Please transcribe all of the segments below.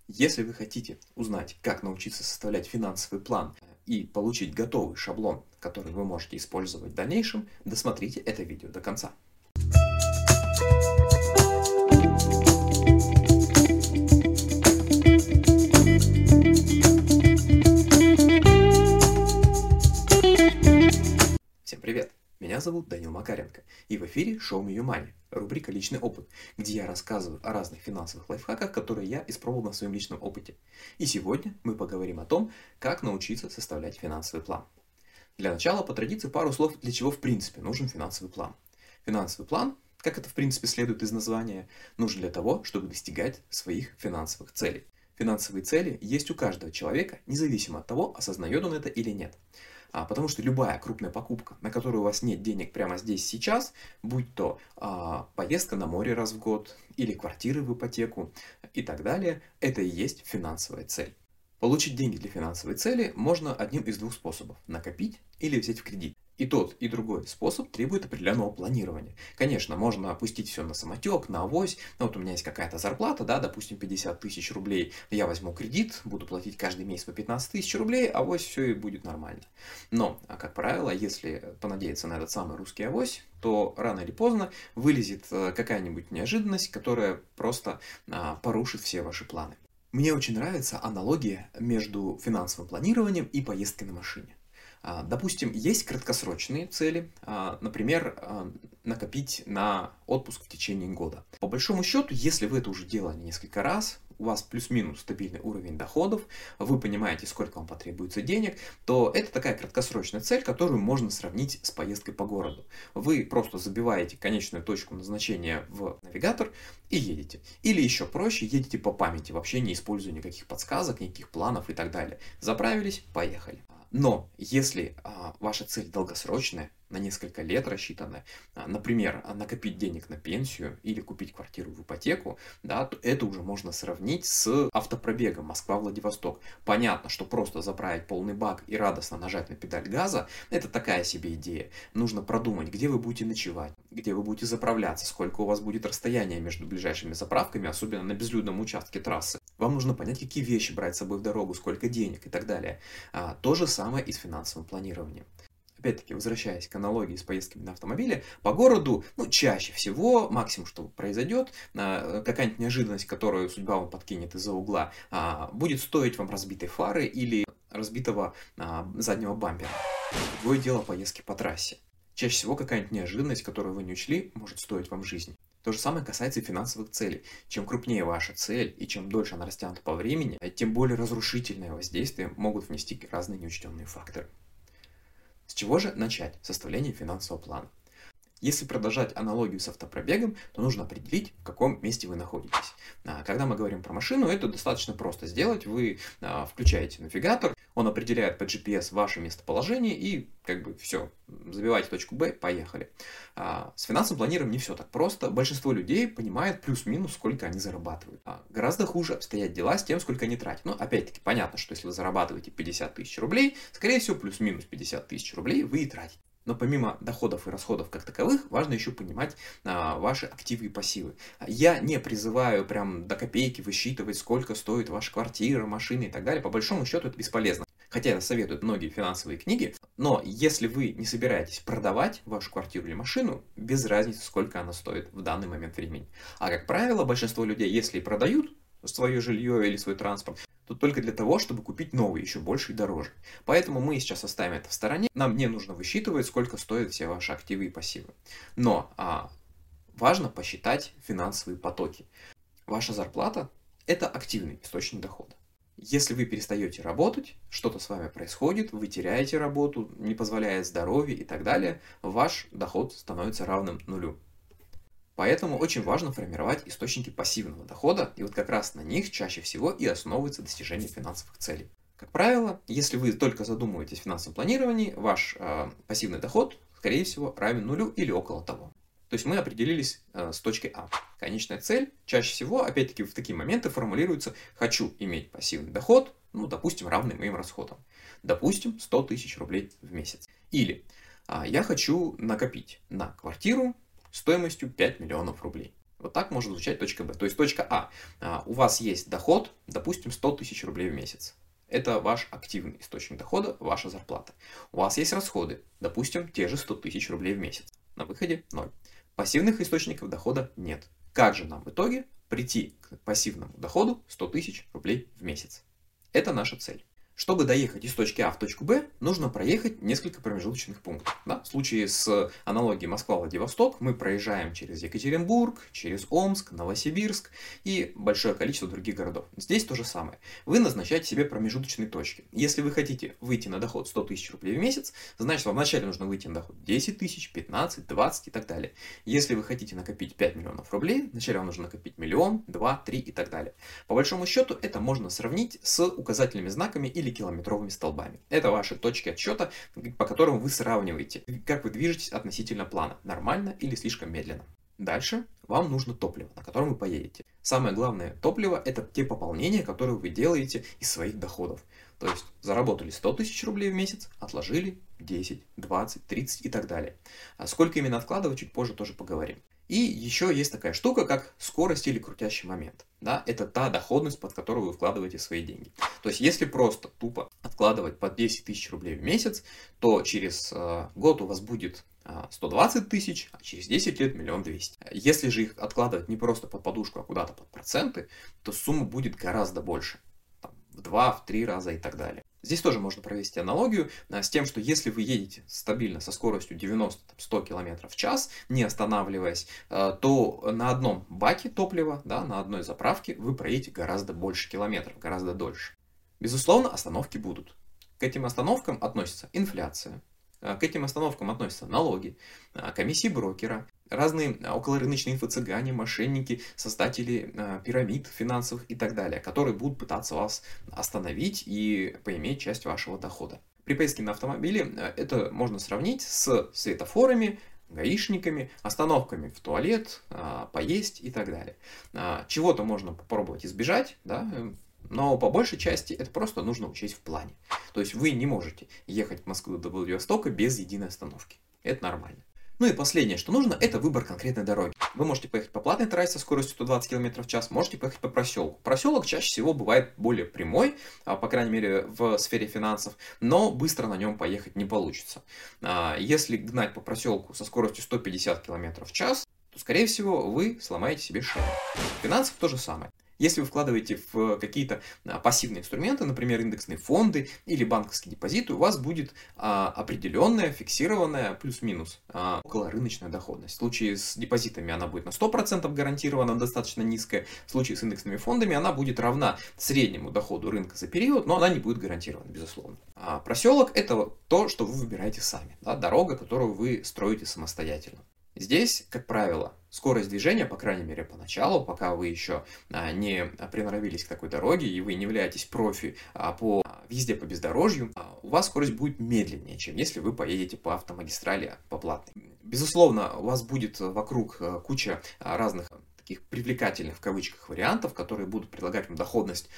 Если вы хотите узнать, как научиться составлять финансовый план и получить готовый шаблон, который вы можете использовать в дальнейшем, досмотрите это видео до конца. Всем привет! Меня зовут Данил Макаренко, и в эфире Show Me Your Money, рубрика «Личный опыт», где я рассказываю о разных финансовых лайфхаках, которые я испробовал на своем личном опыте. И сегодня мы поговорим о том, как научиться составлять финансовый план. Для начала, по традиции, пару слов, для чего в принципе нужен финансовый план. Финансовый план, как это в принципе следует из названия, нужен для того, чтобы достигать своих финансовых целей. Финансовые цели есть у каждого человека, независимо от того, осознает он это или нет. Потому что любая крупная покупка, на которую у вас нет денег прямо здесь сейчас, будь то поездка на море раз в год или квартиры в ипотеку и так далее, это и есть финансовая цель. Получить деньги для финансовой цели можно одним из двух способов – накопить или взять в кредит. И тот, и другой способ требует определенного планирования. Конечно, можно опустить все на самотек, на авось. Вот у меня есть какая-то зарплата, да, допустим, 50 тысяч рублей. Я возьму кредит, буду платить каждый месяц по 15 тысяч рублей, авось все и будет нормально. Но, как правило, если понадеяться на этот самый русский авось, то рано или поздно вылезет какая-нибудь неожиданность, которая просто порушит все ваши планы. Мне очень нравится аналогия между финансовым планированием и поездкой на машине. Допустим, есть краткосрочные цели, например, накопить на отпуск в течение года. По большому счету, если вы это уже делали несколько раз, у вас плюс-минус стабильный уровень доходов, вы понимаете, сколько вам потребуется денег, то это такая краткосрочная цель, которую можно сравнить с поездкой по городу. Вы просто забиваете конечную точку назначения в навигатор и едете. Или еще проще, едете по памяти, вообще не используя никаких подсказок, никаких планов и так далее. Заправились, поехали. Но если ваша цель долгосрочная, на несколько лет рассчитанная, например, накопить денег на пенсию или купить квартиру в ипотеку, да, то это уже можно сравнить с автопробегом Москва-Владивосток. Понятно, что просто заправить полный бак и радостно нажать на педаль газа – это такая себе идея. Нужно продумать, где вы будете ночевать, где вы будете заправляться, сколько у вас будет расстояние между ближайшими заправками, особенно на безлюдном участке трассы. Вам нужно понять, какие вещи брать с собой в дорогу, сколько денег и так далее. То же самое и с финансовым планированием. Опять-таки, возвращаясь к аналогии с поездками на автомобиле, по городу, чаще всего, максимум, что произойдет, какая-нибудь неожиданность, которую судьба вам подкинет из-за угла, будет стоить вам разбитой фары или разбитого заднего бампера. Другое дело поездки по трассе. Чаще всего какая-нибудь неожиданность, которую вы не учли, может стоить вам жизни. То же самое касается и финансовых целей. Чем крупнее ваша цель и чем дольше она растянута по времени, тем более разрушительное воздействие могут внести разные неучтенные факторы. С чего же начать составление финансового плана? Если продолжать аналогию с автопробегом, то нужно определить, в каком месте вы находитесь. Когда мы говорим про машину, это достаточно просто сделать. Вы включаете навигатор, он определяет по GPS ваше местоположение и все, забивайте точку Б, поехали. С финансовым планированием не все так просто. Большинство людей понимает плюс-минус, сколько они зарабатывают. Гораздо хуже обстоят дела с тем, сколько они тратят. Но опять-таки понятно, что если вы зарабатываете 50 тысяч рублей, скорее всего плюс-минус 50 тысяч рублей вы и тратите. Но помимо доходов и расходов как таковых, важно еще понимать ваши активы и пассивы. Я не призываю прям до копейки высчитывать, сколько стоит ваша квартира, машина и так далее. По большому счету это бесполезно. Хотя это советуют многие финансовые книги. Но если вы не собираетесь продавать вашу квартиру или машину, без разницы, сколько она стоит в данный момент времени. А как правило, большинство людей, если и продают свое жилье или свой транспорт, то только для того, чтобы купить новый, еще больше и дороже. Поэтому мы сейчас оставим это в стороне. Нам не нужно высчитывать, сколько стоят все ваши активы и пассивы. Но важно посчитать финансовые потоки. Ваша зарплата – это активный источник дохода. Если вы перестаете работать, что-то с вами происходит, вы теряете работу, не позволяет здоровье и так далее, ваш доход становится равным нулю. Поэтому очень важно формировать источники пассивного дохода, и вот как раз на них чаще всего и основывается достижение финансовых целей. Как правило, если вы только задумываетесь о финансовом планировании, ваш пассивный доход, скорее всего, равен нулю или около того. То есть мы определились с точкой А. Конечная цель чаще всего, опять-таки, в такие моменты формулируется «хочу иметь пассивный доход, допустим, равный моим расходам». Допустим, 100 тысяч рублей в месяц. Или я хочу накопить на квартиру стоимостью 5 миллионов рублей. Вот так может звучать точка Б. То есть точка у вас есть доход, допустим, 100 тысяч рублей в месяц. Это ваш активный источник дохода, ваша зарплата. У вас есть расходы, допустим, те же 100 тысяч рублей в месяц. На выходе 0. Пассивных источников дохода нет. Как же нам в итоге прийти к пассивному доходу 100 тысяч рублей в месяц? Это наша цель. Чтобы доехать из точки А в точку Б, нужно проехать несколько промежуточных пунктов. Да? В случае с аналогией Москва-Владивосток мы проезжаем через Екатеринбург, через Омск, Новосибирск и большое количество других городов. Здесь то же самое. Вы назначаете себе промежуточные точки. Если вы хотите выйти на доход 100 тысяч рублей в месяц, значит вам вначале нужно выйти на доход 10 тысяч, 15, 20 и так далее. Если вы хотите накопить 5 миллионов рублей, вначале вам нужно накопить миллион, 2, 3 и так далее. По большому счету это можно сравнить с указательными знаками или километровыми столбами. Это ваши точки отсчета, по которым вы сравниваете, как вы движетесь относительно плана, нормально или слишком медленно. Дальше вам нужно топливо, на котором вы поедете. Самое главное топливо – это те пополнения, которые вы делаете из своих доходов. То есть заработали 100 тысяч рублей в месяц, отложили 10, 20, 30 и так далее. А сколько именно откладывать, чуть позже тоже поговорим. И еще есть такая штука, как скорость или крутящий момент. Да? Это та доходность, под которую вы вкладываете свои деньги. То есть, если просто тупо откладывать по 10 тысяч рублей в месяц, то через год у вас будет 120 тысяч, а через 10 лет 1 200 000. Если же их откладывать не просто под подушку, а куда-то под проценты, то сумма будет гораздо больше. В 2, в 3 раза и так далее. Здесь тоже можно провести аналогию с тем, что если вы едете стабильно со скоростью 90-100 км в час, не останавливаясь, то на одном баке топлива, да, на одной заправке вы проедете гораздо больше километров, гораздо дольше. Безусловно, остановки будут. К этим остановкам относится инфляция, к этим остановкам относятся налоги, комиссии брокера, разные околорыночные инфо-цыгане, мошенники, создатели пирамид финансовых и так далее, которые будут пытаться вас остановить и поиметь часть вашего дохода. При поездке на автомобиле это можно сравнить с светофорами, гаишниками, остановками в туалет, поесть и так далее. Чего-то можно попробовать избежать, да, но по большей части это просто нужно учесть в плане. То есть вы не можете ехать в Москву до Владивостока без единой остановки. Это нормально. Ну и последнее, что нужно, это выбор конкретной дороги. Вы можете поехать по платной трассе со скоростью 120 км в час, можете поехать по проселку. Проселок чаще всего бывает более прямой, по крайней мере в сфере финансов, но быстро на нем поехать не получится. Если гнать по проселку со скоростью 150 км в час, то скорее всего вы сломаете себе шею. В финансах то же самое. Если вы вкладываете в какие-то пассивные инструменты, например, индексные фонды или банковские депозиты, у вас будет определенная, фиксированная, плюс-минус, околорыночная доходность. В случае с депозитами она будет на 100% гарантирована, достаточно низкая. В случае с индексными фондами она будет равна среднему доходу рынка за период, но она не будет гарантирована, безусловно. Проселок – это то, что вы выбираете сами, да, дорога, которую вы строите самостоятельно. Здесь, как правило, скорость движения, по крайней мере поначалу, пока вы еще не приноровились к такой дороге и вы не являетесь профи по езде по бездорожью, у вас скорость будет медленнее, чем если вы поедете по автомагистрали по платной. Безусловно, у вас будет вокруг куча разных таких привлекательных в кавычках вариантов, которые будут предлагать вам доходность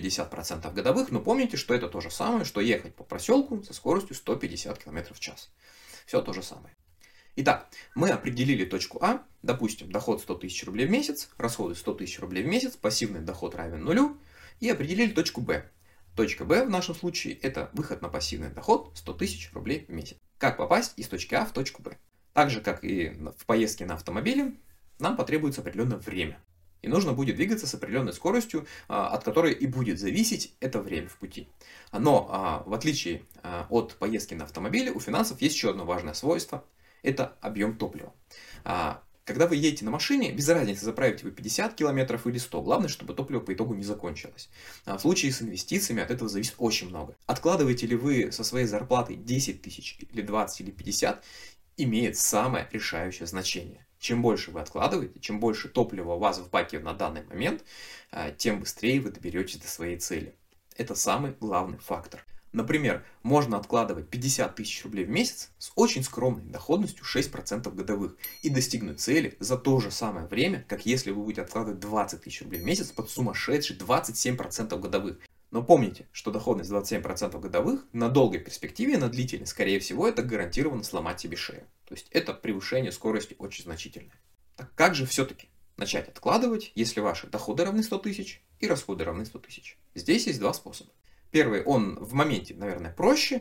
150% годовых, но помните, что это то же самое, что ехать по проселку со скоростью 150 км в час. Все то же самое. Итак, мы определили точку А, допустим, доход 100 тысяч рублей в месяц, расходы 100 тысяч рублей в месяц, пассивный доход равен нулю, и определили точку Б. Точка Б в нашем случае это выход на пассивный доход 100 тысяч рублей в месяц. Как попасть из точки А в точку Б? Так же, как и в поездке на автомобиле, нам потребуется определенное время. И нужно будет двигаться с определенной скоростью, от которой и будет зависеть это время в пути. Но в отличие от поездки на автомобиле, у финансов есть еще одно важное свойство – это объем топлива. Когда вы едете на машине, без разницы, заправите вы 50 километров или 100. Главное, чтобы топливо по итогу не закончилось. В случае с инвестициями от этого зависит очень много. Откладываете ли вы со своей зарплаты 10 тысяч или 20 или 50, имеет самое решающее значение. Чем больше вы откладываете, чем больше топлива у вас в баке на данный момент, тем быстрее вы доберетесь до своей цели. Это самый главный фактор. Например, можно откладывать 50 тысяч рублей в месяц с очень скромной доходностью 6% годовых и достигнуть цели за то же самое время, как если вы будете откладывать 20 тысяч рублей в месяц под сумасшедшие 27% годовых. Но помните, что доходность 27% годовых на долгой перспективе, на длительной, скорее всего, это гарантированно сломать себе шею. То есть это превышение скорости очень значительное. Так как же все-таки начать откладывать, если ваши доходы равны 100 тысяч и расходы равны 100 тысяч. Здесь есть два способа. Первый, он в моменте, наверное, проще,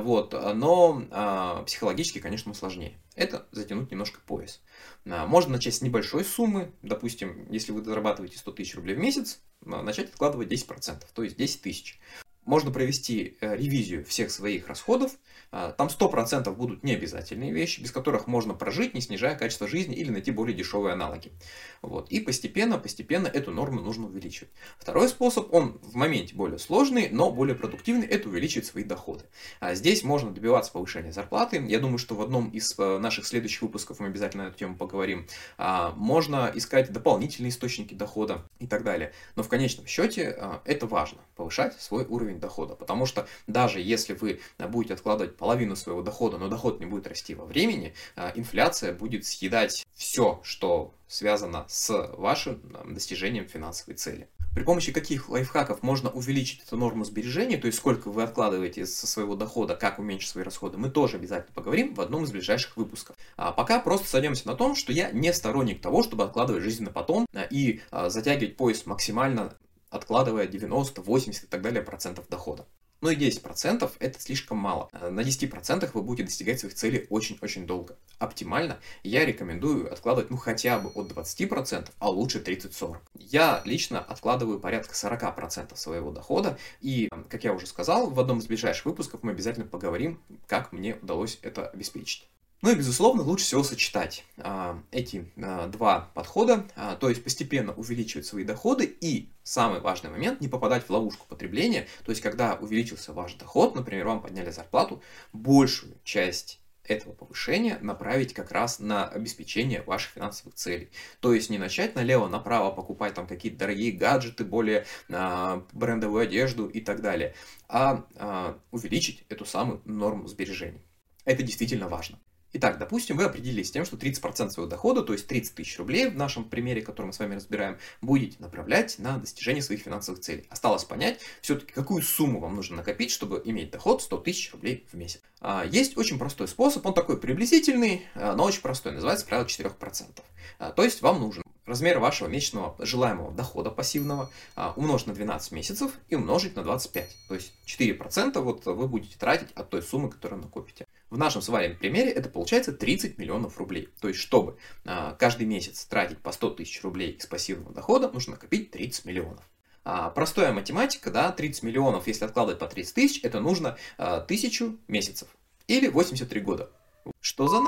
но психологически, конечно, сложнее. Это затянуть немножко пояс. Можно начать с небольшой суммы, допустим, если вы зарабатываете 100 тысяч рублей в месяц, начать откладывать 10%, то есть 10 тысяч. Можно провести ревизию всех своих расходов. Там 100% будут необязательные вещи, без которых можно прожить, не снижая качество жизни или найти более дешевые аналоги. И постепенно эту норму нужно увеличивать. Второй способ, он в моменте более сложный, но более продуктивный, это увеличивать свои доходы. Здесь можно добиваться повышения зарплаты. Я думаю, что в одном из наших следующих выпусков мы обязательно на эту тему поговорим. Можно искать дополнительные источники дохода и так далее. Но в конечном счете это важно, повышать свой уровень дохода, потому что даже если вы будете откладывать половину своего дохода, но доход не будет расти во времени, инфляция будет съедать все, что связано с вашим достижением финансовой цели. При помощи каких лайфхаков можно увеличить эту норму сбережений, то есть сколько вы откладываете со своего дохода, как уменьшить свои расходы, мы тоже обязательно поговорим в одном из ближайших выпусков. А пока просто сойдемся на том, что я не сторонник того, чтобы откладывать жизнь на потом и затягивать пояс максимально, откладывая 90, 80 и так далее процентов дохода. Но и 10% это слишком мало. На 10% вы будете достигать своих целей очень-очень долго. Оптимально я рекомендую откладывать хотя бы от 20%, а лучше 30-40%. Я лично откладываю порядка 40% своего дохода. И, как я уже сказал, в одном из ближайших выпусков мы обязательно поговорим, как мне удалось это обеспечить. Ну и, безусловно, лучше всего сочетать эти два подхода, то есть постепенно увеличивать свои доходы и, самый важный момент, не попадать в ловушку потребления, то есть когда увеличился ваш доход, например, вам подняли зарплату, большую часть этого повышения направить как раз на обеспечение ваших финансовых целей. То есть не начать налево-направо покупать там какие-то дорогие гаджеты, более брендовую одежду и так далее, а увеличить эту самую норму сбережений. Это действительно важно. Итак, допустим, вы определились с тем, что 30% своего дохода, то есть 30 тысяч рублей в нашем примере, который мы с вами разбираем, будете направлять на достижение своих финансовых целей. Осталось понять, все-таки какую сумму вам нужно накопить, чтобы иметь доход 100 тысяч рублей в месяц. Есть очень простой способ, он такой приблизительный, но очень простой, называется правило 4%. То есть вам нужен размер вашего месячного желаемого дохода пассивного умножить на 12 месяцев и умножить на 25. То есть 4% вы будете тратить от той суммы, которую накопите. В нашем с вами примере это получается 30 миллионов рублей. То есть, чтобы каждый месяц тратить по 100 тысяч рублей из пассивного дохода, нужно накопить 30 миллионов. Простая математика, 30 миллионов, если откладывать по 30 тысяч, это нужно 1000 месяцев. Или 83 года. Что за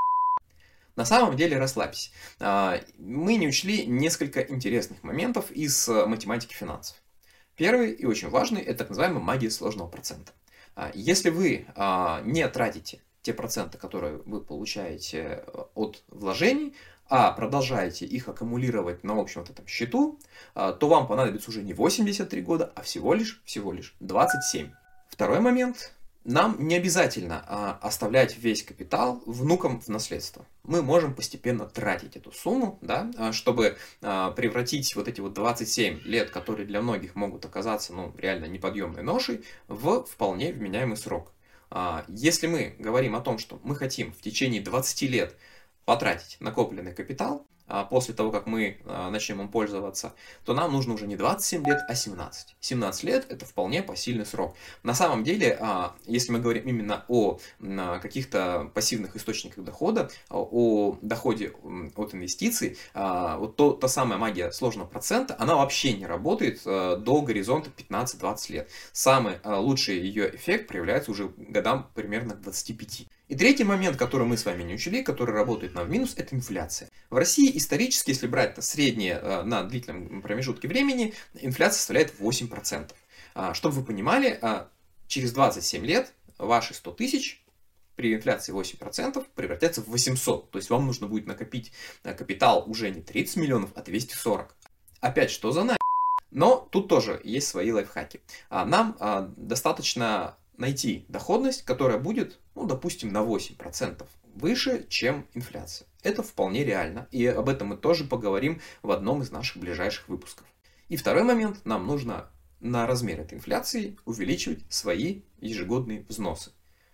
На самом деле расслабься. Мы не учли несколько интересных моментов из математики финансов. Первый и очень важный – это так называемая магия сложного процента. Если вы не тратите те проценты, которые вы получаете от вложений, а продолжаете их аккумулировать на общем этом счету, то вам понадобится уже не 83 года, а всего лишь 27. Второй момент. Нам не обязательно оставлять весь капитал внукам в наследство. Мы можем постепенно тратить эту сумму, чтобы превратить эти 27 лет, которые для многих могут оказаться реально неподъемной ношей, в вполне вменяемый срок. Если мы говорим о том, что мы хотим в течение 20 лет потратить накопленный капитал, после того, как мы начнем им пользоваться, то нам нужно уже не 27 лет, а 17. 17 лет – это вполне посильный срок. На самом деле, если мы говорим именно о каких-то пассивных источниках дохода, о доходе от инвестиций, та самая магия сложного процента, она вообще не работает до горизонта 15-20 лет. Самый лучший ее эффект проявляется уже годам примерно к 25. И третий момент, который мы с вами не учли, который работает нам в минус, это инфляция. В России исторически, если брать среднее на длительном промежутке времени, инфляция составляет 8%. Чтобы вы понимали, через 27 лет ваши 100 тысяч при инфляции 8% превратятся в 800. То есть вам нужно будет накопить капитал уже не 30 миллионов, а 240. Опять, что за Но тут тоже есть свои лайфхаки. Нам достаточно найти доходность, которая будет, допустим, на 8% выше, чем инфляция. Это вполне реально, и об этом мы тоже поговорим в одном из наших ближайших выпусков. И второй момент, нам нужно на размер этой инфляции увеличивать свои ежегодные взносы.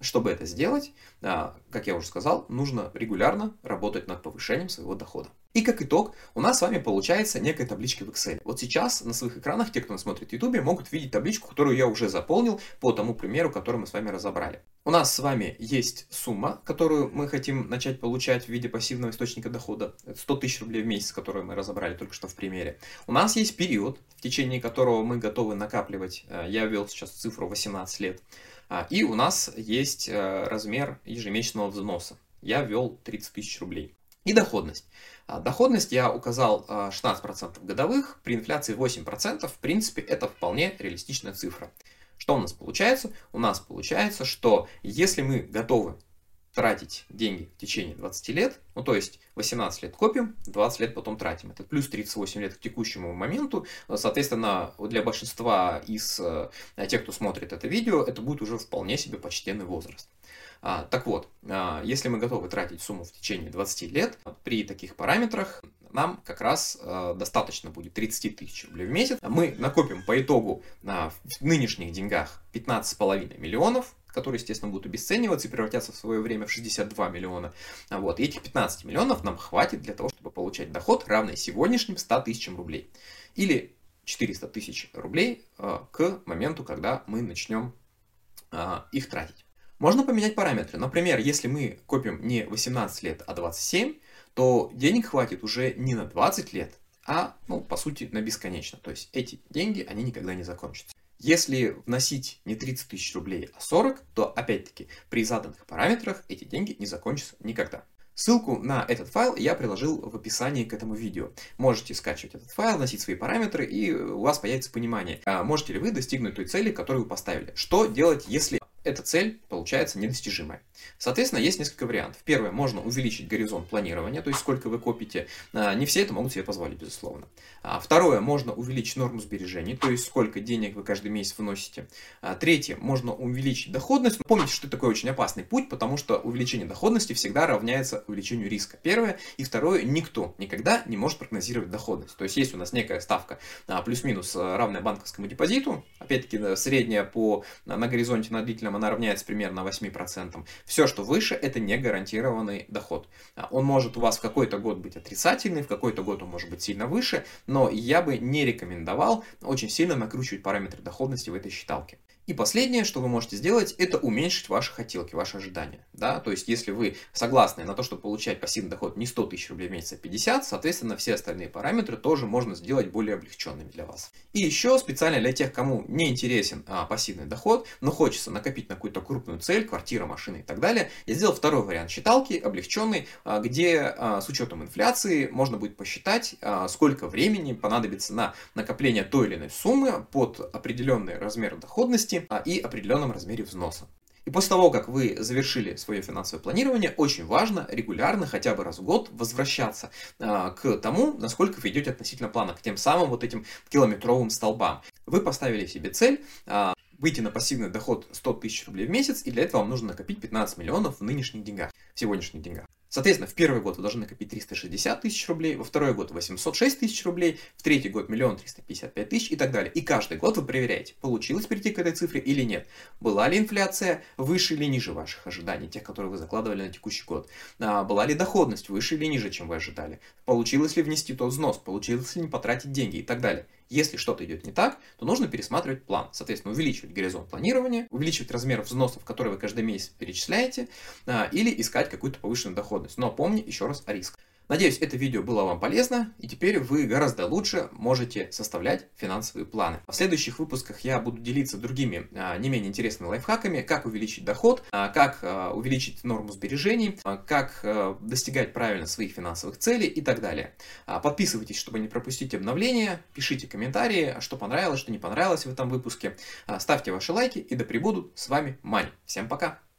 Чтобы это сделать, как я уже сказал, нужно регулярно работать над повышением своего дохода. И как итог, у нас с вами получается некая табличка в Excel. Вот сейчас на своих экранах те, кто нас смотрит в YouTube, могут видеть табличку, которую я уже заполнил по тому примеру, который мы с вами разобрали. У нас с вами есть сумма, которую мы хотим начать получать в виде пассивного источника дохода. Это 100 тысяч рублей в месяц, которую мы разобрали только что в примере. У нас есть период, в течение которого мы готовы накапливать. Я ввел сейчас цифру 18 лет. И у нас есть размер ежемесячного взноса. Я ввел 30 тысяч рублей. И доходность. Доходность я указал 16% годовых, при инфляции 8%. В принципе, это вполне реалистичная цифра. Что у нас получается? У нас получается, что если мы готовы тратить деньги в течение 20 лет, ну то есть 18 лет копим, 20 лет потом тратим. Это плюс 38 лет к текущему моменту. Соответственно, для большинства из тех, кто смотрит это видео, это будет уже вполне себе почтенный возраст. Так вот, если мы готовы тратить сумму в течение 20 лет, при таких параметрах нам как раз достаточно будет 30 тысяч рублей в месяц. Мы накопим по итогу в нынешних деньгах 15,5 миллионов, которые, естественно, будут обесцениваться и превратятся в свое время в 62 миллиона. Вот. И этих 15 миллионов нам хватит для того, чтобы получать доход, равный сегодняшним 100 тысячам рублей. Или 400 тысяч рублей к моменту, когда мы начнем их тратить. Можно поменять параметры. Например, если мы копим не 18 лет, а 27, то денег хватит уже не на 20 лет, а, по сути, на бесконечно. То есть эти деньги, они никогда не закончатся. Если вносить не 30 тысяч рублей, а 40, то, опять-таки, при заданных параметрах эти деньги не закончатся никогда. Ссылку на этот файл я приложил в описании к этому видео. Можете скачивать этот файл, вносить свои параметры, и у вас появится понимание, можете ли вы достигнуть той цели, которую вы поставили. Что делать, если эта цель получается недостижимая? Соответственно, есть несколько вариантов. Первое, можно увеличить горизонт планирования, то есть сколько вы копите. Не все это могут себе позволить, безусловно. Второе, можно увеличить норму сбережений, то есть сколько денег вы каждый месяц вносите. Третье, можно увеличить доходность. Но помните, что это такой очень опасный путь, потому что увеличение доходности всегда равняется увеличению риска. Первое. И второе, никто никогда не может прогнозировать доходность. То есть есть у нас некая ставка плюс-минус равная банковскому депозиту. Опять-таки, средняя на горизонте на длительном она равняется примерно 8%. Все, что выше, это не гарантированный доход. Он может у вас в какой-то год быть отрицательный, в какой-то год он может быть сильно выше, но я бы не рекомендовал очень сильно накручивать параметры доходности в этой считалке. И последнее, что вы можете сделать, это уменьшить ваши хотелки, ваши ожидания. Да? То есть, если вы согласны на то, чтобы получать пассивный доход не 100 тысяч рублей в месяц, а 50, соответственно, все остальные параметры тоже можно сделать более облегченными для вас. И еще специально для тех, кому не интересен пассивный доход, но хочется накопить на какую-то крупную цель, квартира, машина и так далее, я сделал второй вариант считалки, облегченный, где с учетом инфляции можно будет посчитать, сколько времени понадобится на накопление той или иной суммы под определенный размер доходности и определенном размере взноса. И после того, как вы завершили свое финансовое планирование, очень важно регулярно, хотя бы раз в год, возвращаться к тому, насколько вы идете относительно плана, к тем самым вот этим километровым столбам. Вы поставили себе цель выйти на пассивный доход 100 тысяч рублей в месяц, и для этого вам нужно накопить 15 миллионов в нынешних деньгах, в сегодняшних деньгах. Соответственно, в первый год вы должны накопить 360 тысяч рублей, во второй год 806 тысяч рублей, в третий год 1 355 000 и так далее. И каждый год вы проверяете, получилось прийти к этой цифре или нет. Была ли инфляция выше или ниже ваших ожиданий, тех, которые вы закладывали на текущий год. Была ли доходность выше или ниже, чем вы ожидали. Получилось ли внести тот взнос, получилось ли не потратить деньги и так далее. Если что-то идет не так, то нужно пересматривать план. Соответственно, увеличивать горизонт планирования, увеличивать размер взносов, которые вы каждый месяц перечисляете, или искать какую-то повышенную доходность. Но помни еще раз о рисках. Надеюсь, это видео было вам полезно, и теперь вы гораздо лучше можете составлять финансовые планы. В следующих выпусках я буду делиться другими не менее интересными лайфхаками, как увеличить доход, как увеличить норму сбережений, как достигать правильно своих финансовых целей и так далее. Подписывайтесь, чтобы не пропустить обновления, пишите комментарии, что понравилось, что не понравилось в этом выпуске, ставьте ваши лайки, и да пребудут с вами Мани. Всем пока!